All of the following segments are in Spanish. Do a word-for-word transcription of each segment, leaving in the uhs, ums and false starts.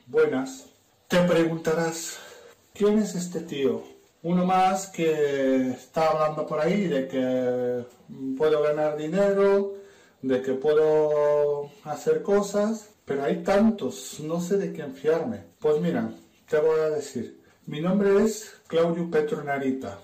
Buenas. Te preguntarás, ¿quién es este tío? Uno más que está hablando por ahí de que puedo ganar dinero, de que puedo hacer cosas, pero hay tantos, no sé de quién fiarme. Pues mira, te voy a decir, mi nombre es Claudio Petronarita.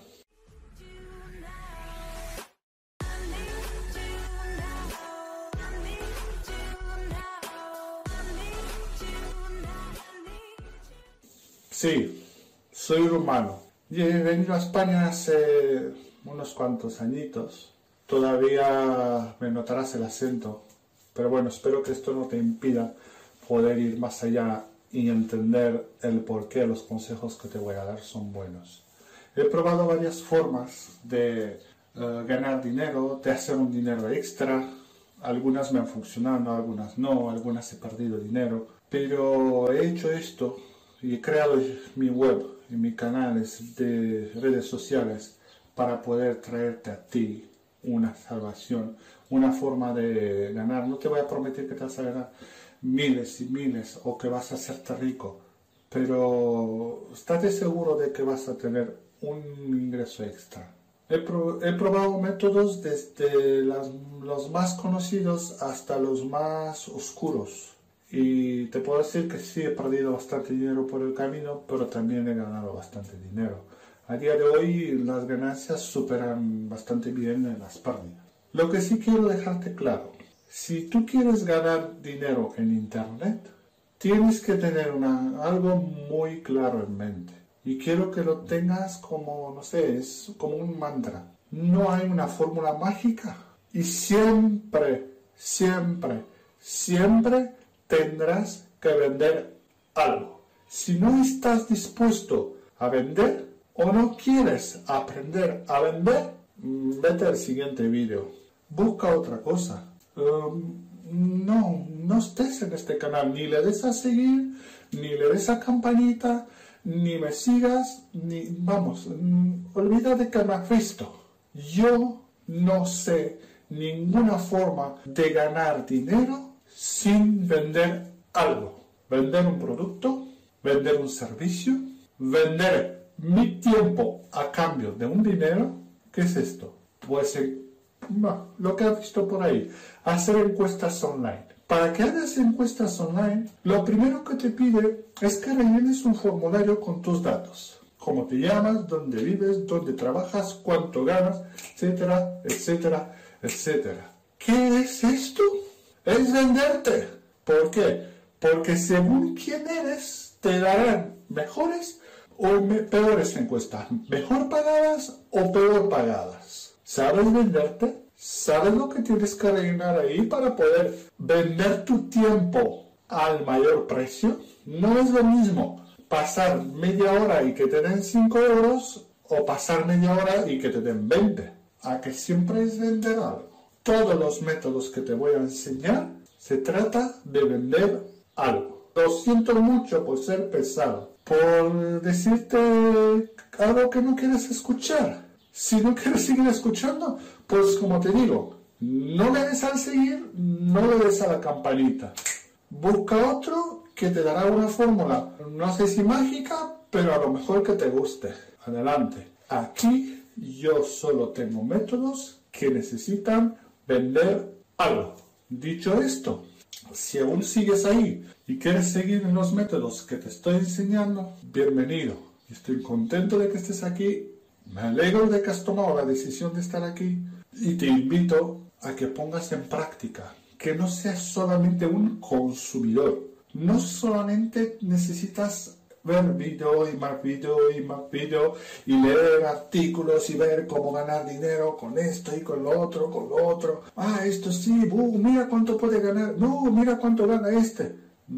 Sí, soy rumano. He venido a España hace unos cuantos añitos. Todavía me notarás el acento, pero bueno, espero que esto no te impida poder ir más allá y entender el por qué los consejos que te voy a dar son buenos. He probado varias formas de uh, ganar dinero, de hacer un dinero extra. Algunas me han funcionado, algunas no, algunas he perdido dinero, pero he hecho esto y he creado mi web y mis canales de redes sociales para poder traerte a ti una salvación, una forma de ganar. No te voy a prometer que te vas a ganar miles y miles o que vas a hacerte rico, pero estate seguro de que vas a tener un ingreso extra. He, pro, he probado métodos desde las, los más conocidos hasta los más oscuros. Y te puedo decir que sí, he perdido bastante dinero por el camino, pero también he ganado bastante dinero. A día de hoy las ganancias superan bastante bien las pérdidas. Lo que sí quiero dejarte claro, si tú quieres ganar dinero en Internet, tienes que tener una, algo muy claro en mente. Y quiero que lo tengas como, no sé, es como un mantra. No hay una fórmula mágica. Y siempre, siempre, siempre tendrás que vender algo. Si no estás dispuesto a vender o no quieres aprender a vender, vete al siguiente vídeo. Busca otra cosa. Um, no, no estés en este canal. Ni le des a seguir, ni le des a campanita, ni me sigas, ni... Vamos, um, olvida de que me has visto. Yo no sé ninguna forma de ganar dinero sin vender algo. Vender un producto, vender un servicio, vender mi tiempo a cambio de un dinero. ¿Qué es esto? Pues eh, no, lo que has visto por ahí, hacer encuestas online. Para que hagas encuestas online, lo primero que te pide es que rellenes un formulario con tus datos. Cómo te llamas, dónde vives, dónde trabajas, cuánto ganas, etcétera, etcétera, etcétera. ¿Qué es esto? Es venderte. ¿Por qué? Porque según quién eres, te darán mejores o me peores encuestas. Mejor pagadas o peor pagadas. ¿Sabes venderte? ¿Sabes lo que tienes que rellenar ahí para poder vender tu tiempo al mayor precio? No es lo mismo pasar media hora y que te den cinco euros o pasar media hora y que te den veinte. ¿A que siempre es vender algo? Todos los métodos que te voy a enseñar se trata de vender algo. Lo siento mucho por ser pesado, por decirte algo que no quieres escuchar. Si no quieres seguir escuchando, pues como te digo, no le des al seguir, no le des a la campanita. Busca otro que te dará una fórmula, no sé si mágica, pero a lo mejor que te guste. Adelante. Aquí yo solo tengo métodos que necesitan vender algo. Dicho esto, si aún sigues ahí y quieres seguir en los métodos que te estoy enseñando, bienvenido. Estoy contento de que estés aquí, me alegro de que has tomado la decisión de estar aquí y te invito a que pongas en práctica, que no seas solamente un consumidor. No solamente necesitas ver vídeo y más vídeo y más vídeo y leer artículos y ver cómo ganar dinero con esto y con lo otro, con lo otro. Ah, esto sí, uh, mira cuánto puede ganar. No, mira cuánto gana este.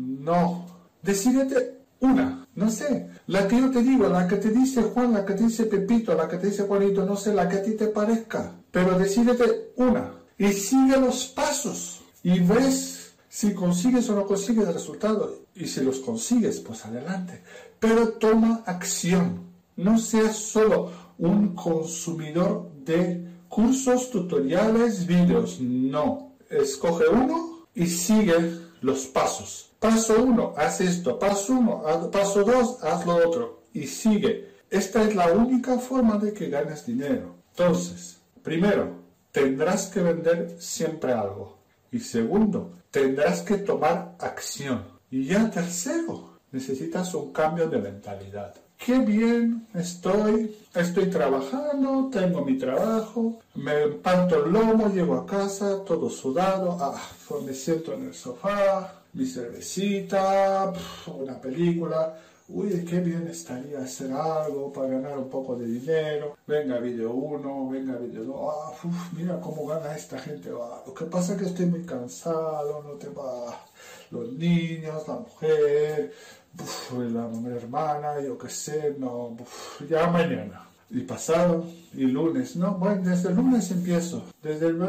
No. Decídete una, no sé, la que yo te digo, la que te dice Juan, la que te dice Pepito, la que te dice Juanito, no sé, la que a ti te parezca. Pero decídete una y sigue los pasos y ves si consigues o no consigues el resultado. Y si los consigues, pues adelante. Pero toma acción. No seas solo un consumidor de cursos, tutoriales, vídeos. No. Escoge uno y sigue los pasos Paso uno, haz esto. Paso uno, haz- paso dos, haz lo otro. Y sigue. Esta es la única forma de que ganes dinero. Entonces, primero, tendrás que vender siempre algo. Y segundo, tendrás que tomar acción. Y ya tercero, necesitas un cambio de mentalidad. Qué bien estoy, estoy trabajando, tengo mi trabajo, me parto el lomo, llego a casa, todo sudado, ah, pues me siento en el sofá, mi cervecita, pf, una película. Uy, qué bien estaría hacer algo para ganar un poco de dinero. Venga, vídeo uno, venga, vídeo dos. Ah, uf, mira cómo gana esta gente. Ah, lo que pasa es que estoy muy cansado, no te va. Los niños, la mujer, uf, la mujer hermana, yo qué sé, no, uf, ya mañana. Y pasado, y lunes, no, bueno, desde el lunes empiezo. Desde el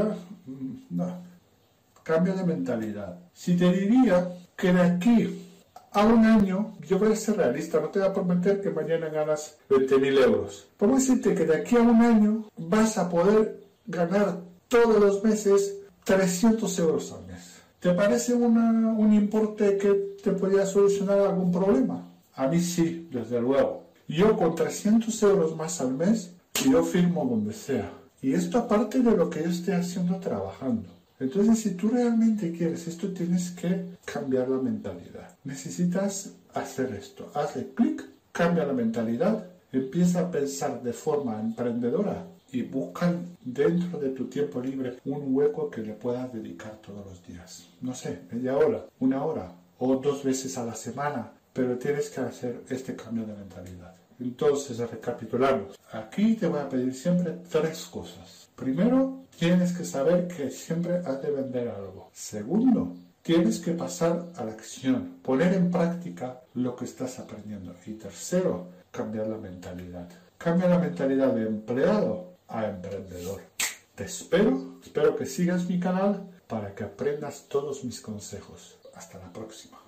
no, cambio de mentalidad. Si te diría que de aquí a un año, yo voy a ser realista, no te voy a prometer que mañana ganas veinte mil euros. Puedo decirte que de aquí a un año vas a poder ganar todos los meses trescientos euros al mes. ¿Te parece una, un importe que te podría solucionar algún problema? A mí sí, desde luego. Yo con trescientos euros más al mes, yo firmo donde sea. Y esto aparte de lo que yo estoy haciendo trabajando. Entonces, si tú realmente quieres esto, tienes que cambiar la mentalidad. Necesitas hacer esto. Hazle clic, cambia la mentalidad, empieza a pensar de forma emprendedora y busca dentro de tu tiempo libre un hueco que le puedas dedicar todos los días. No sé, media hora, una hora o dos veces a la semana, pero tienes que hacer este cambio de mentalidad. Entonces, recapitulamos. Aquí te voy a pedir siempre tres cosas. Primero, tienes que saber que siempre has de vender algo. Segundo, tienes que pasar a la acción, poner en práctica lo que estás aprendiendo. Y tercero, cambiar la mentalidad. Cambia la mentalidad de empleado a emprendedor. Te espero, espero que sigas mi canal para que aprendas todos mis consejos. Hasta la próxima.